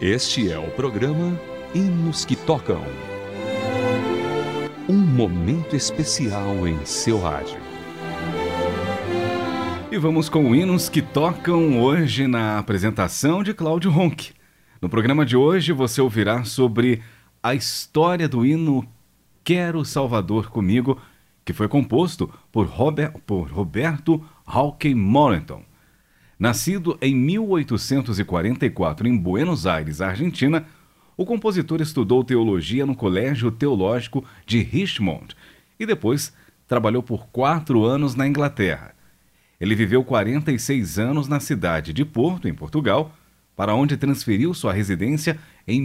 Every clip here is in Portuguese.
Este é o programa Hinos que Tocam. Um momento especial em seu rádio. E vamos com hinos que tocam hoje na apresentação de Cláudio Ronck. No programa de hoje você ouvirá sobre a história do hino Quero Salvador Comigo, que foi composto por Roberto Hawkey Moreton. Nascido em 1844 em Buenos Aires, Argentina, o compositor estudou teologia no Colégio Teológico de Richmond e depois trabalhou por 4 anos na Inglaterra. Ele viveu 46 anos na cidade de Porto, em Portugal, para onde transferiu sua residência em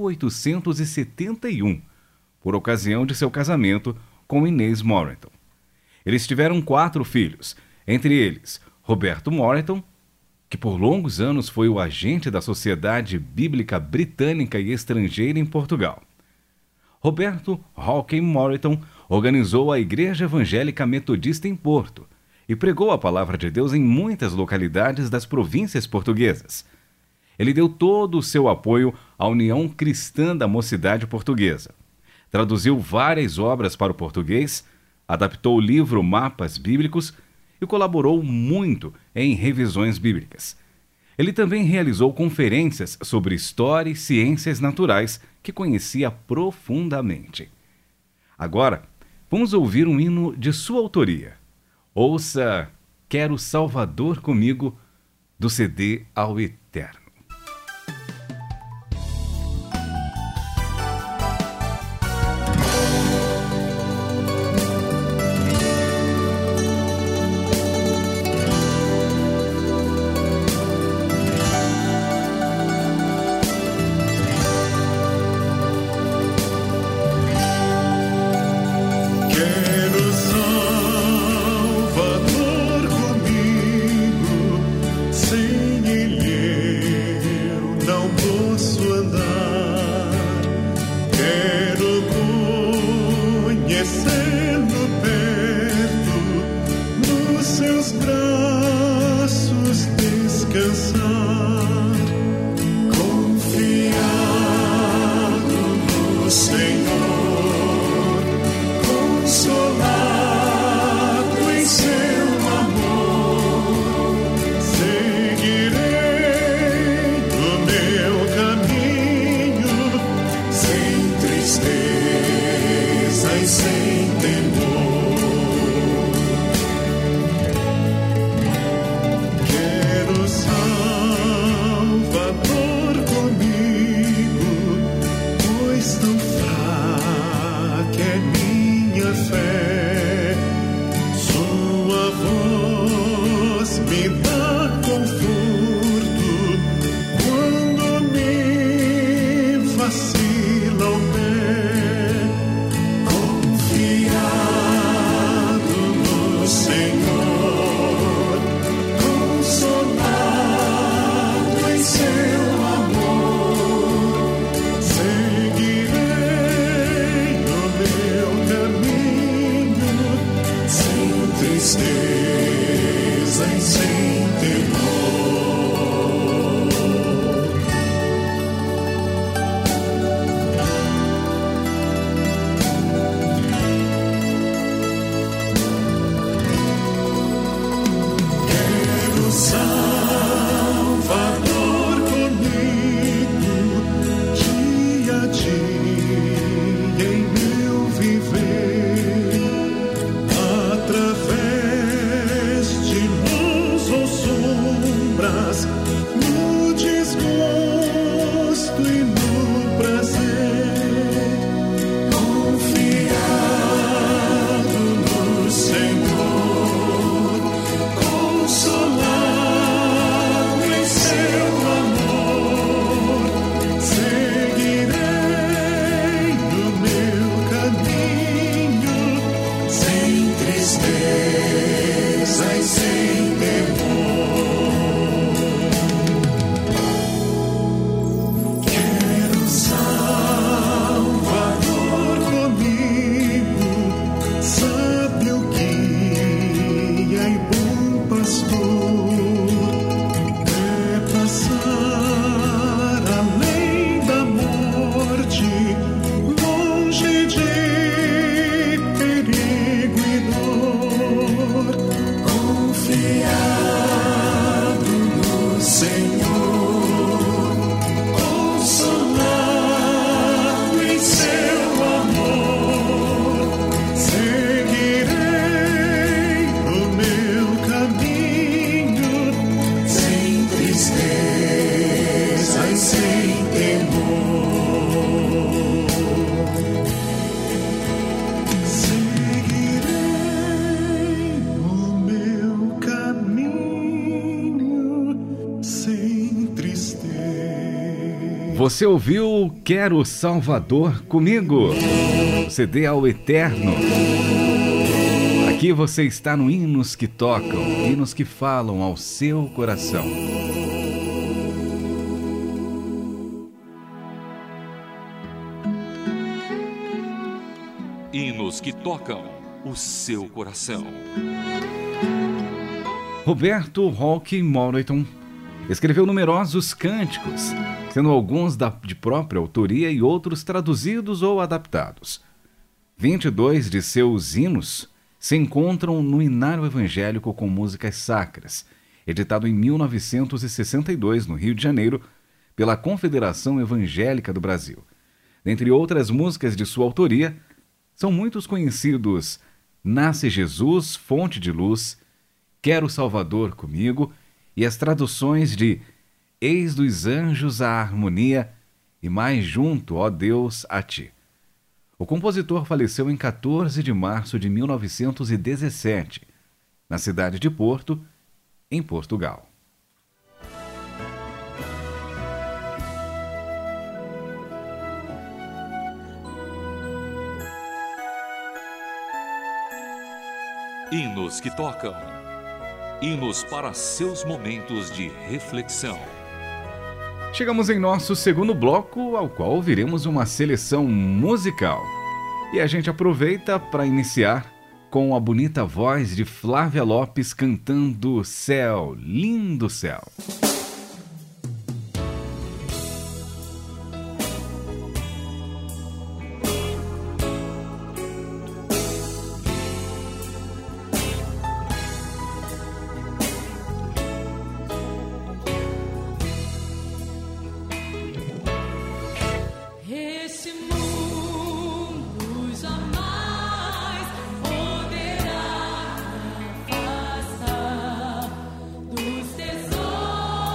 1871, por ocasião de seu casamento com Inês Moreton. Eles tiveram 4 filhos, entre eles Roberto Moreton, que por longos anos foi o agente da Sociedade Bíblica Britânica e Estrangeira em Portugal. Roberto Hawkey Moreton organizou a Igreja Evangélica Metodista em Porto e pregou a palavra de Deus em muitas localidades das províncias portuguesas. Ele deu todo o seu apoio à União Cristã da Mocidade Portuguesa. Traduziu várias obras para o português, adaptou o livro Mapas Bíblicos e colaborou muito em revisões bíblicas. Ele também realizou conferências sobre história e ciências naturais que conhecia profundamente. Agora, vamos ouvir um hino de sua autoria. Ouça Quero Salvador Comigo, do CD Ao Eterno. Salvador comigo, sem Ele Você ouviu Quero Salvador Comigo, o CD ao Eterno. Aqui você está no Hinos que Tocam, hinos que falam ao seu coração. Hinos que tocam o seu coração. Roberto Hawke Moreton escreveu numerosos cânticos, sendo alguns de própria autoria e outros traduzidos ou adaptados. 22 de seus hinos se encontram no Inário Evangélico com Músicas Sacras, editado em 1962 no Rio de Janeiro pela Confederação Evangélica do Brasil. Dentre outras músicas de sua autoria, são muitos conhecidos Nasce Jesus, Fonte de Luz, Quero Salvador Comigo e as traduções de Eis dos Anjos a Harmonia e Mais Junto, ó Deus, a Ti. O compositor faleceu em 14 de março de 1917, na cidade de Porto, em Portugal. Hinos que tocam. Hinos para seus momentos de reflexão. Chegamos em nosso segundo bloco, ao qual ouviremos uma seleção musical. E a gente aproveita para iniciar com a bonita voz de Flávia Lopes cantando Céu, Lindo Céu. Poderá afastar dos tesoros.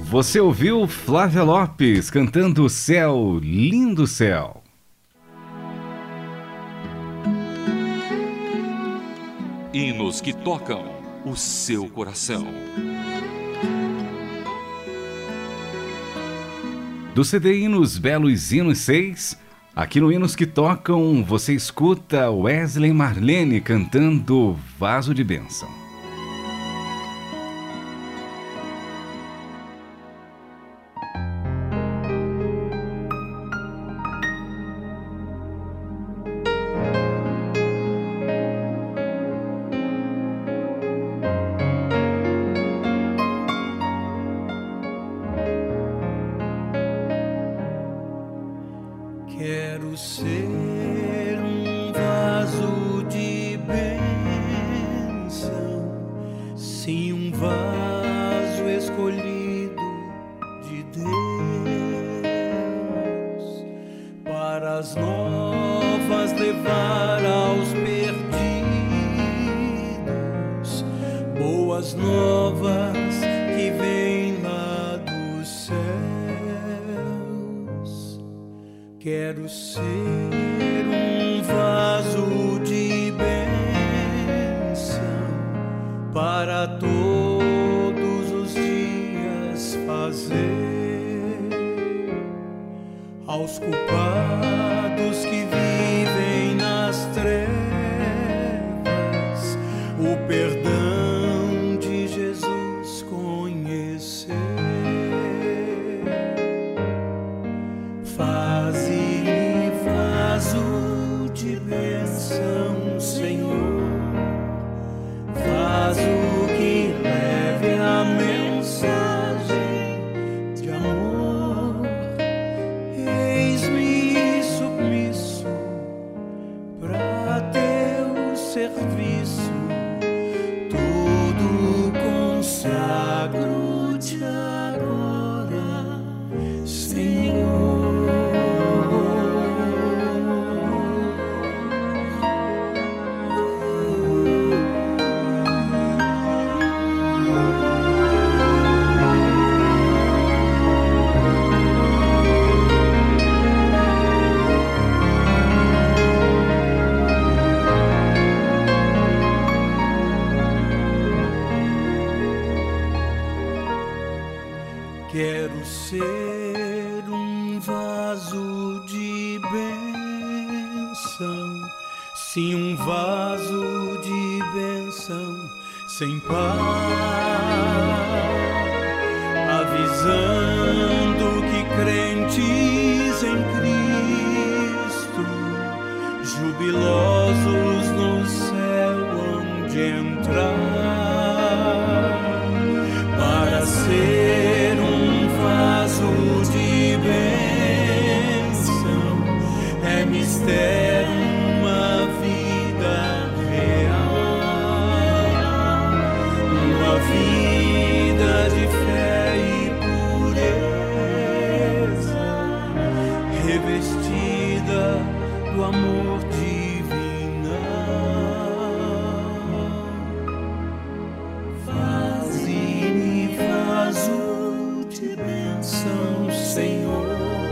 Você ouviu Flávia Lopes cantando Céu, Lindo Céu. Hinos que tocam o seu coração. Do CD Hinos Belos Hinos 6, aqui no Hinos que Tocam, você escuta Wesley Marlene cantando Vaso de Bênção. Quero ser um vaso de bênção, sim, um vaso escolhido de Deus, para as novas levar aos perdidos, boas novas que vêm lá dos céus. Quero ser um vaso de bênção para todos os dias fazer aos culpados que vivem nas trevas o perdão de Jesus conhecer. Faze-me vaso de bênção, Senhor, vaso que leve a mensagem de amor. Eis-me submisso para teu serviço, tudo consagro-te agora, Senhor. Quero ser um vaso de bênção, sim, um vaso de bênção sem par, avisando que crentes em Cristo, jubilosos no céu hão de entrar, para ser um vaso de bênção é mistério, uma vida real, uma vida de fé e pureza, revestida do amor divinal. Faze-me vaso de bênção, Senhor,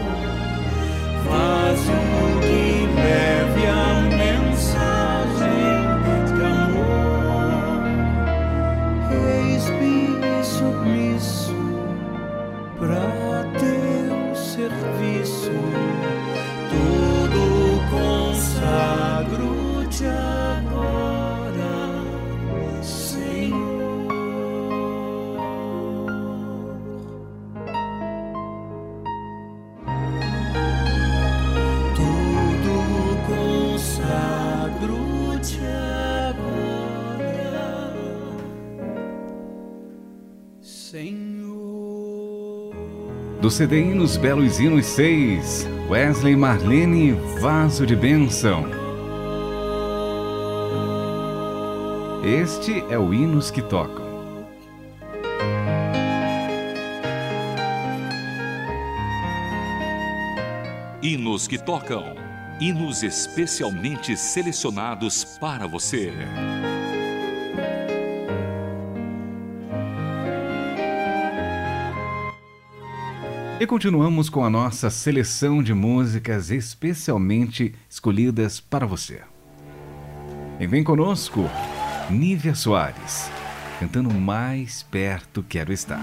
vaso que leve a mensagem de amor. Eis-me submisso para teu serviço, tudo consagro-te agora, Senhor. Consagro-te agora, Senhor. Do CD Hinos Belos Hinos 6, Wesley Marlene, Vaso de Bênção. Este é o Hinos que Tocam. Hinos que tocam. Hinos especialmente selecionados para você. E continuamos com a nossa seleção de músicas especialmente escolhidas para você. E vem conosco, Nívia Soares, cantando Mais Perto Quero Estar.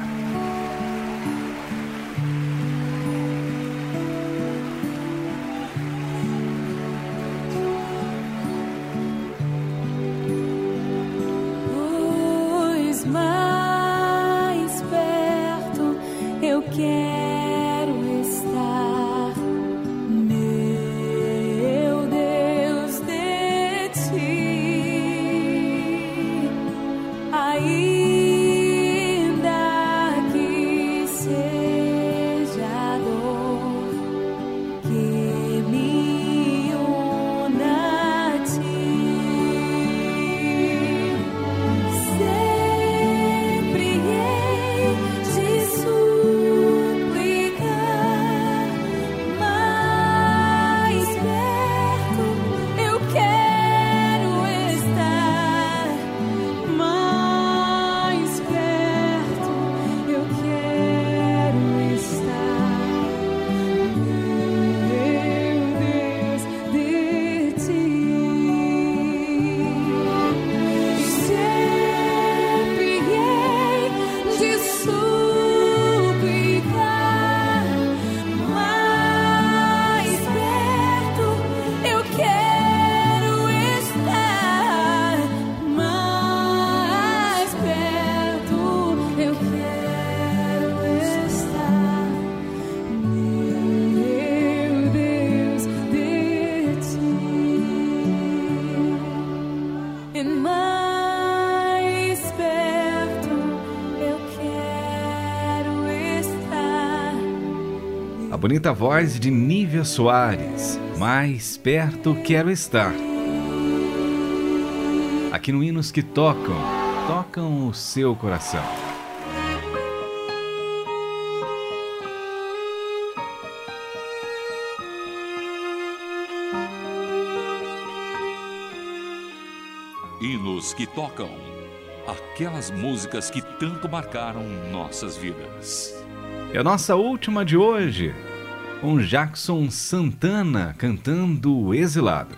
Pois mais perto eu quero estar, meu Deus, de ti. Ainda que seja dor que me una a ti, sempre hei de suplicar. Mais perto eu quero estar, mais perto eu quero estar, meu Deus, de ti. Sempre hei de suplicar. Mais perto eu quero estar, mais perto eu quero estar, meu Deus, de ti. E mais perto eu quero estar. A bonita voz de Nívia Soares, Mais Perto Quero Estar. Aqui no Hinos que tocam o seu coração. Hinos que tocam. Aquelas músicas que tanto marcaram nossas vidas. E a nossa última de hoje, com Jackson Santana cantando O Exilado.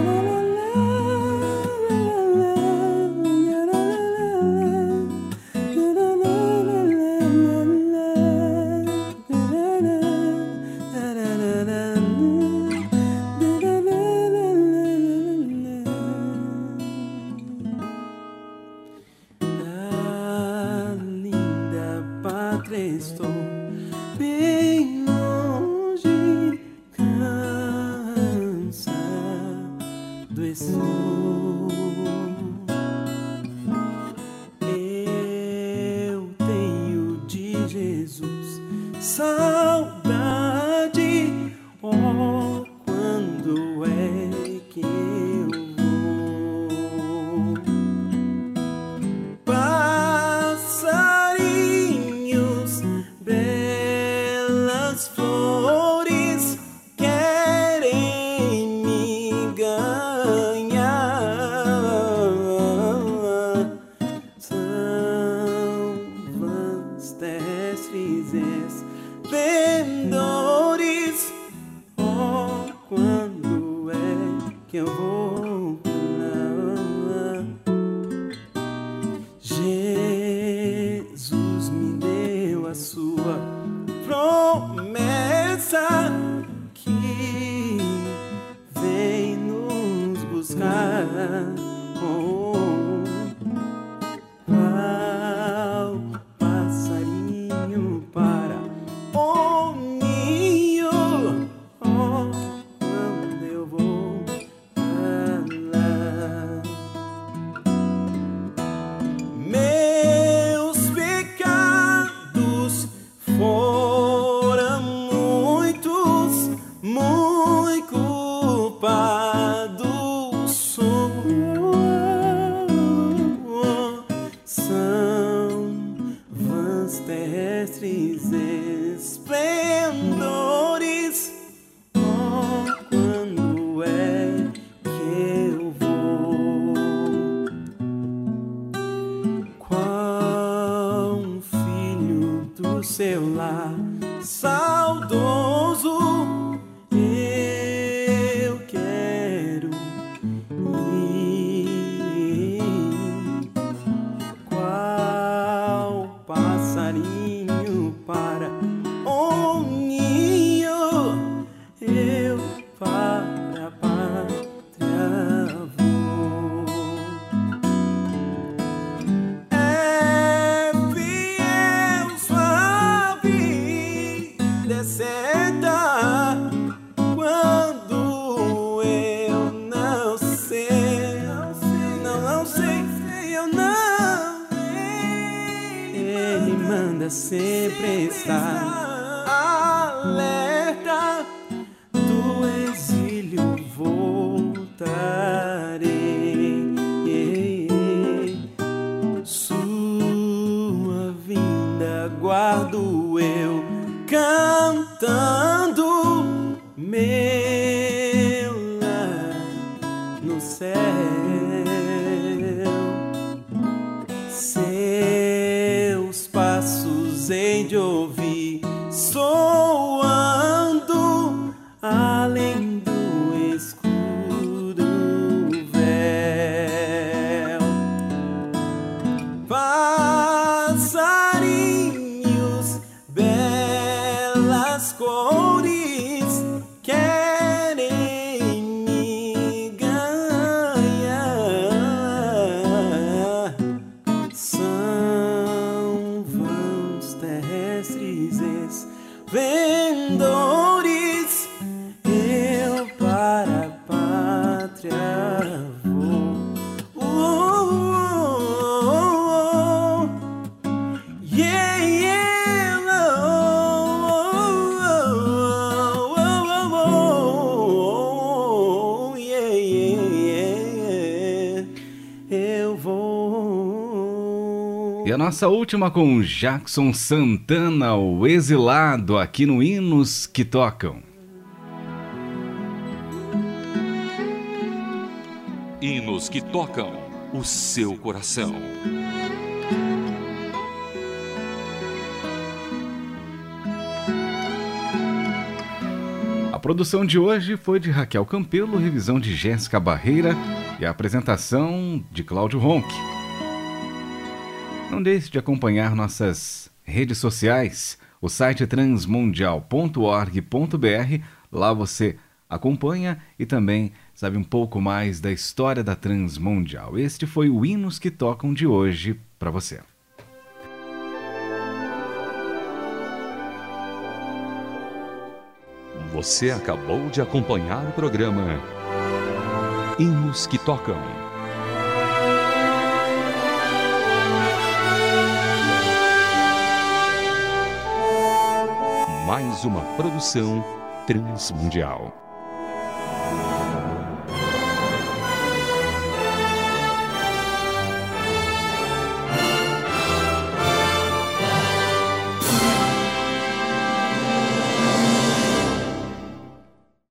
Na linda pátria estou bem longe, cansado estou. Eu tenho de Jesus saudade. Oh, quando é que eu vou? Passarinhos, belas flores querem me ganhar. São vãs terrestres esplendores. Oh, quando é que eu vou pra lá? Jesus me deu a sua promessa que vem nos buscar. Oh, qual passarinho para o ninho. Oh, quando eu vou pra lá. Meus pecados foram muitos, muito culpado sou. São vãs terrestres esplendores. Oh, quando é que eu vou? Qual filho do seu lar saudoso, eu quero ir. Qual passarinho para o ninho, eu para a pátria vou. É fiel, suave, descenda, quando eu não sei, não sei, eu não sei. Ele manda sempre estar alerta, do exílio voltarei. Sua vinda guardo eu, cantando meu lar no céu. Seus passos hei de ouvir soando além do escuro véu. Passarinhos, belas cores, querem me ganhar. São vãos terrestres vendores, eu para a pátria vou. Yeah, yeah, yeah, yeah, eu vou. E a nossa última com Jackson Santana, o Exilado, aqui no Hinos que Tocam. Hinos que tocam o seu coração. A produção de hoje foi de Raquel Campelo, revisão de Jéssica Barreira e a apresentação de Cláudio Ronque. Não deixe de acompanhar nossas redes sociais, o site transmundial.org.br. Lá você acompanha e também sabe um pouco mais da história da Transmundial. Este foi o Hinos que Tocam de hoje para você. Você acabou de acompanhar o programa Hinos que Tocam. Mais uma produção Transmundial.